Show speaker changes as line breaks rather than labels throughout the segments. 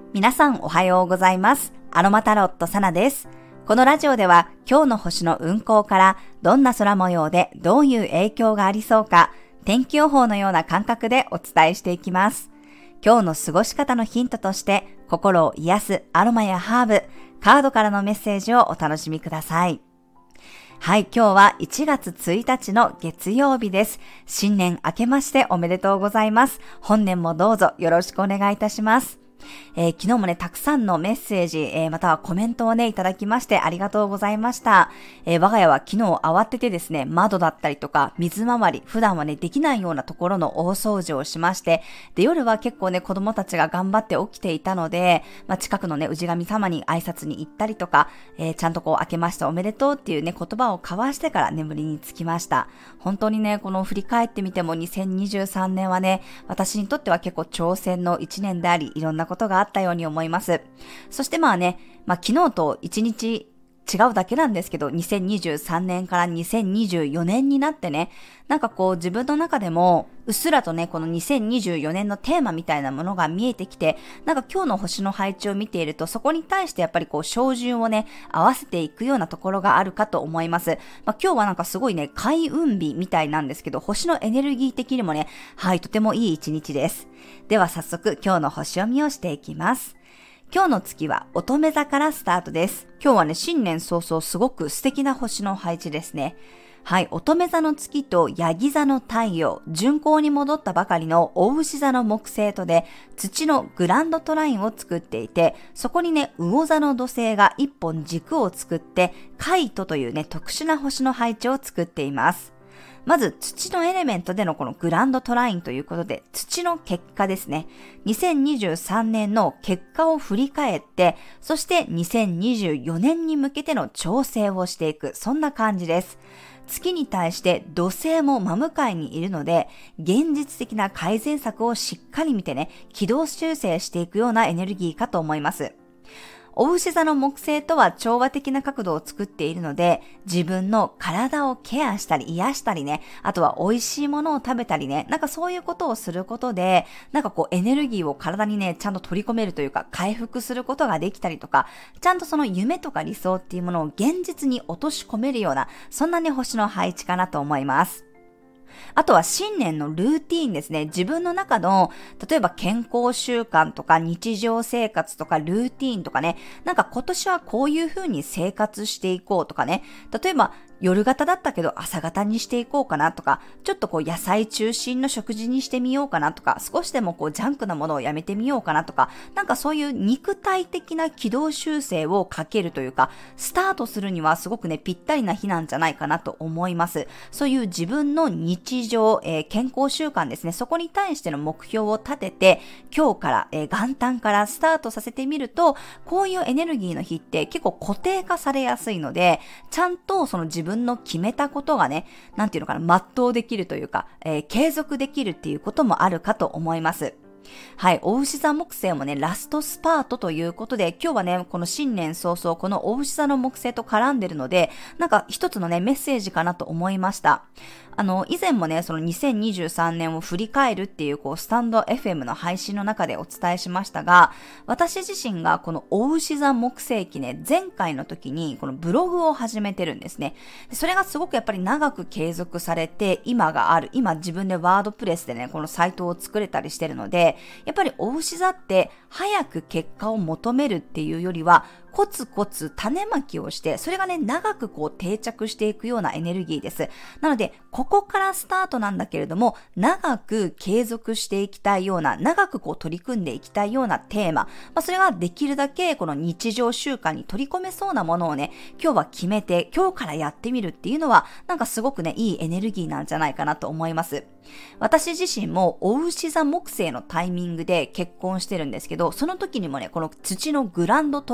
皆さんおはようございます。アロマタロットサナです。このラジオでは今日の星の運行からどんな空模様でどういう影響がありそうか、天気予報のような感覚でお伝えしていきます。今日の過ごし方のヒントとして心を癒すアロマやハーブ、カードからのメッセージをお楽しみください。はい、今日は1月1日の月曜日です。新年明けましておめでとうございます。本年もどうぞよろしくお願いいたします。昨日もね、たくさんのメッセージ、またはコメントをね、いただきましてありがとうございました。我が家は昨日慌ててですね、窓だったりとか水回り、普段はね、できないようなところの大掃除をしまして、で、夜は結構ね、子供たちが頑張って起きていたので、近くのね、氏神様に挨拶に行ったりとか、ちゃんと明けましておめでとうっていうね、言葉を交わしてから眠りにつきました。本当にね、この振り返ってみても2023年はね、私にとっては結構挑戦の1年であり、いろんなことがあったように思います。そして昨日と1日違うだけなんですけど、2023年から2024年になってね、自分の中でもうっすらとね、この2024年のテーマみたいなものが見えてきて、今日の星の配置を見ていると、そこに対してやっぱり照準をね、合わせていくようなところがあるかと思います。今日はすごいね、開運日みたいなんですけど、星のエネルギー的にもね、はい、とてもいい一日です。では早速、今日の星読みをしていきます。今日の月は乙女座からスタートです。今日はね、新年早々すごく素敵な星の配置ですね。はい、乙女座の月とヤギ座の太陽、順行に戻ったばかりの牡牛座の木星とで土のグランドトラインを作っていて、そこにね、魚座の土星が一本軸を作って、カイトというね、特殊な星の配置を作っています。まず土のエレメントでのこのグランドトラインということで、土の結果ですね。2023年の結果を振り返って、そして2024年に向けての調整をしていく、そんな感じです。月に対して土星も真向かいにいるので、現実的な改善策をしっかり見てね、軌道修正していくようなエネルギーかと思います。牡牛座の木星とは調和的な角度を作っているので、自分の体をケアしたり癒したりね、あとは美味しいものを食べたりね、そういうことをすることで、エネルギーを体にね、ちゃんと取り込めるというか、回復することができたりとか、ちゃんとその夢とか理想っていうものを現実に落とし込めるような、そんなね、星の配置かなと思います。あとは新年のルーティーンですね。自分の中の、例えば健康習慣とか日常生活とかルーティーンとかね、今年はこういう風に生活していこうとかね、例えば夜型だったけど朝型にしていこうかなとか、ちょっと野菜中心の食事にしてみようかなとか、少しでもジャンクなものをやめてみようかなとか、そういう肉体的な軌道修正をかけるというか、スタートするにはすごくね、ぴったりな日なんじゃないかなと思います。そういう自分の日常、健康習慣ですね、そこに対しての目標を立てて、今日から、元旦からスタートさせてみると、こういうエネルギーの日って結構固定化されやすいので、ちゃんとその自分の決めたことがね、全うできるというか、継続できるっていうこともあるかと思います。はい、牡牛座木星もね、ラストスパートということで、今日はね、この新年早々、この牡牛座の木星と絡んでるので、一つのね、メッセージかなと思いました。以前もね、その2023年を振り返るっていうスタンド FM の配信の中でお伝えしましたが、私自身がこの牡牛座木星期ね、前回の時にこのブログを始めてるんですね。それがすごくやっぱり長く継続されて、今自分でワードプレスでね、このサイトを作れたりしてるので、やっぱり牡牛座って早く結果を求めるっていうよりは、コツコツ種まきをして、それがね、長く定着していくようなエネルギーです。なので、ここからスタートなんだけれども、長く継続していきたいような、長く取り組んでいきたいようなテーマ、それができるだけこの日常習慣に取り込めそうなものをね、今日は決めて、今日からやってみるっていうのは、すごくね、いいエネルギーなんじゃないかなと思います。私自身も牡牛座木星のタイミングで結婚してるんですけど、その時にもね、この土のグランドトラインが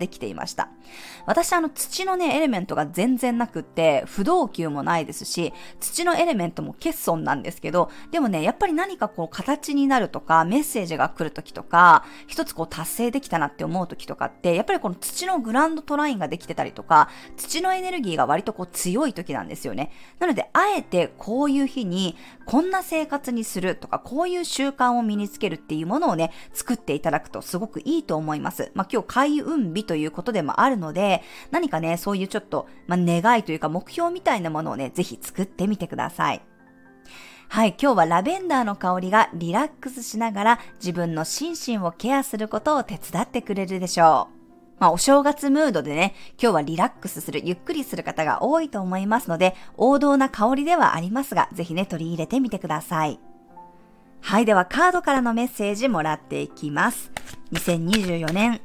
できていました。私土のね、エレメントが全然なくって、不動級もないですし、土のエレメントも欠損なんですけど、でもね、やっぱり何かこう形になるとか、メッセージが来るときとか、一つこう達成できたなって思うときとかって、やっぱりこの土のグランドトラインができてたりとか、土のエネルギーが割とこう強いときなんですよね。なので、あえてこういう日に、こんな生活にするとか、こういう習慣を身につけるっていうものをね、作っていただくとすごくいいと思います。今日開運日ということでもあるので、何かね、そういうちょっと、願いというか目標みたいなものをね、ぜひ作ってみてください。はい、今日はラベンダーの香りがリラックスしながら自分の心身をケアすることを手伝ってくれるでしょう。お正月ムードでね、今日はリラックスする、ゆっくりする方が多いと思いますので、王道な香りではありますが、ぜひね、取り入れてみてください。はい、ではカードからのメッセージもらっていきます。2024年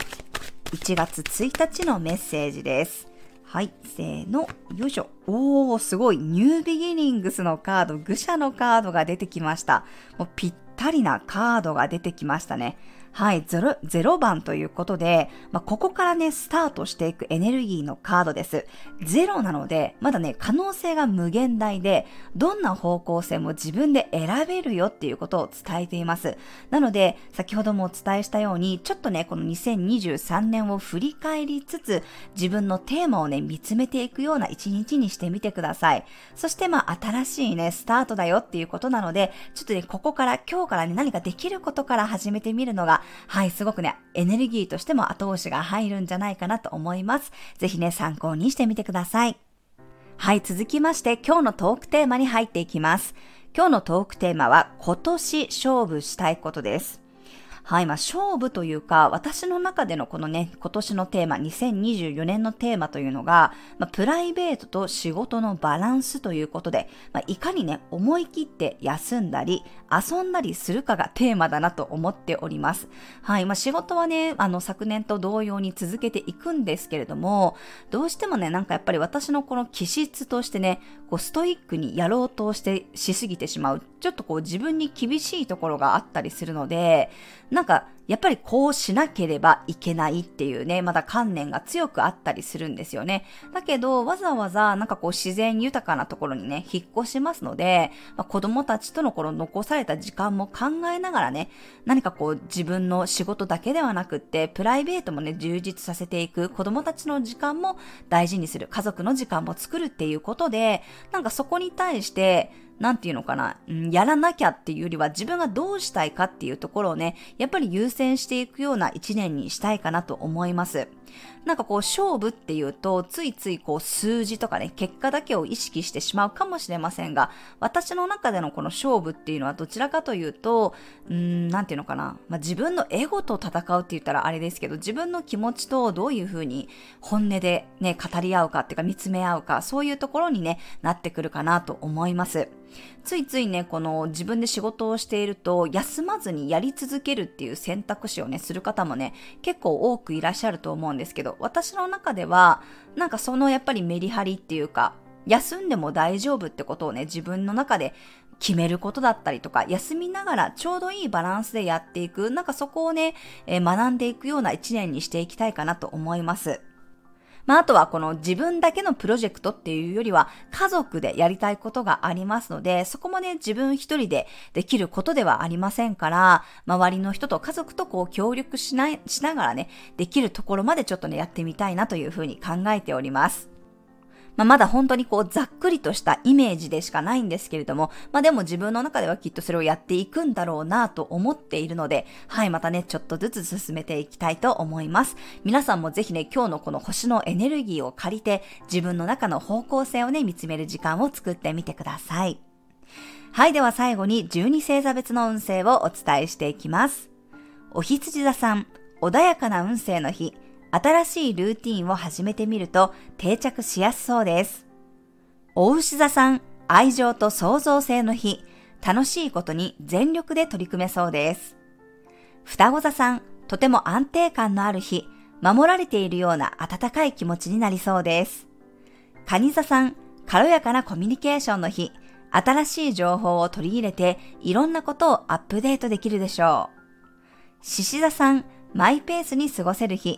1月1日のメッセージです。はい、せーの、よいしょ。すごい。ニュービギニングスのカード、愚者のカードが出てきました。もうぴったりなカードが出てきましたね。はい、0番ということで、ここからね、スタートしていくエネルギーのカードです。0なので、まだね、可能性が無限大で、どんな方向性も自分で選べるよっていうことを伝えています。なので、先ほどもお伝えしたように、ちょっとね、この2023年を振り返りつつ、自分のテーマをね、見つめていくような一日にしてみてください。そして新しいね、スタートだよっていうことなので、ちょっとね、今日からね、何かできることから始めてみるのが、はい、すごくね、エネルギーとしても後押しが入るんじゃないかなと思います。ぜひね、参考にしてみてください。はい、続きまして今日のトークテーマに入っていきます。今日のトークテーマは今年勝負したいことです。はい、勝負というか、私の中でのこのね、今年のテーマ、2024年のテーマというのが、プライベートと仕事のバランスということで、いかにね、思い切って休んだり、遊んだりするかがテーマだなと思っております。はい、仕事はね、昨年と同様に続けていくんですけれども、どうしてもね、やっぱり私のこの気質としてね、ストイックにやろうとしすぎてしまう、ちょっと自分に厳しいところがあったりするので、やっぱりこうしなければいけないっていうね、まだ観念が強くあったりするんですよね。だけど、わざわざ自然豊かなところにね、引っ越しますので、子供たちとの残された時間も考えながらね、何か自分の仕事だけではなくって、プライベートもね、充実させていく、子供たちの時間も大事にする、家族の時間も作るっていうことで、そこに対して、やらなきゃっていうよりは自分がどうしたいかっていうところをね、やっぱり優先していくような一年にしたいかなと思います。勝負っていうと、ついつい数字とかね、結果だけを意識してしまうかもしれませんが、私の中でのこの勝負っていうのはどちらかというと、自分のエゴと戦うって言ったらあれですけど、自分の気持ちとどういうふうに本音でね、語り合うかっていうか見つめ合うか、そういうところにね、なってくるかなと思います。ついついね、自分で仕事をしていると、休まずにやり続けるっていう選択肢をね、する方もね、結構多くいらっしゃると思うんですけど、私の中では、そのやっぱりメリハリっていうか、休んでも大丈夫ってことをね、自分の中で決めることだったりとか、休みながらちょうどいいバランスでやっていく、そこをね、学んでいくような一年にしていきたいかなと思います。あとはこの自分だけのプロジェクトっていうよりは家族でやりたいことがありますので、そこもね、自分一人でできることではありませんから、周りの人と家族と協力しながらね、できるところまでちょっとね、やってみたいなというふうに考えております。まだ本当にざっくりとしたイメージでしかないんですけれども、でも自分の中ではきっとそれをやっていくんだろうなと思っているので、はい、またね、ちょっとずつ進めていきたいと思います。皆さんもぜひね、今日のこの星のエネルギーを借りて、自分の中の方向性をね、見つめる時間を作ってみてください。はい、では最後に12星座別の運勢をお伝えしていきます。お羊座さん、穏やかな運勢の日。新しいルーティーンを始めてみると定着しやすそうです。お牛座さん、愛情と創造性の日、楽しいことに全力で取り組めそうです。双子座さん、とても安定感のある日、守られているような温かい気持ちになりそうです。蟹座さん、軽やかなコミュニケーションの日、新しい情報を取り入れていろんなことをアップデートできるでしょう。獅子座さん、マイペースに過ごせる日、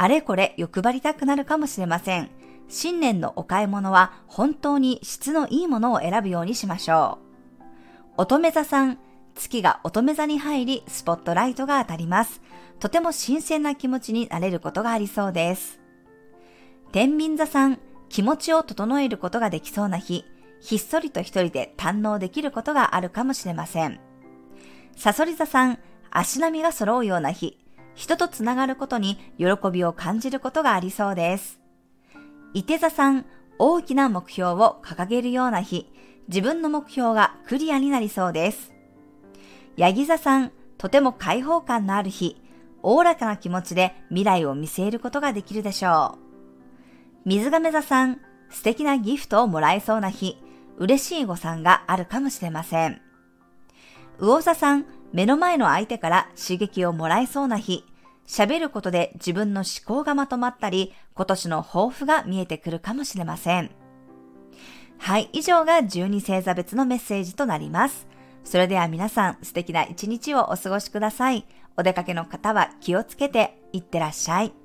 あれこれ欲張りたくなるかもしれません。新年のお買い物は本当に質のいいものを選ぶようにしましょう。乙女座さん、月が乙女座に入り、スポットライトが当たります。とても新鮮な気持ちになれることがありそうです。天秤座さん、気持ちを整えることができそうな日、ひっそりと一人で堪能できることがあるかもしれません。さそり座さん、足並みが揃うような日、人とつながることに喜びを感じることがありそうです。いて座さん、大きな目標を掲げるような日、自分の目標がクリアになりそうです。ヤギ座さん、とても開放感のある日、おおらかな気持ちで未来を見据えることができるでしょう。水亀座さん、素敵なギフトをもらえそうな日、嬉しい誤算があるかもしれません。魚座さん、目の前の相手から刺激をもらえそうな日、喋ることで自分の思考がまとまったり、今年の抱負が見えてくるかもしれません。はい、以上が12星座別のメッセージとなります。それでは皆さん、素敵な一日をお過ごしください。お出かけの方は気をつけていってらっしゃい。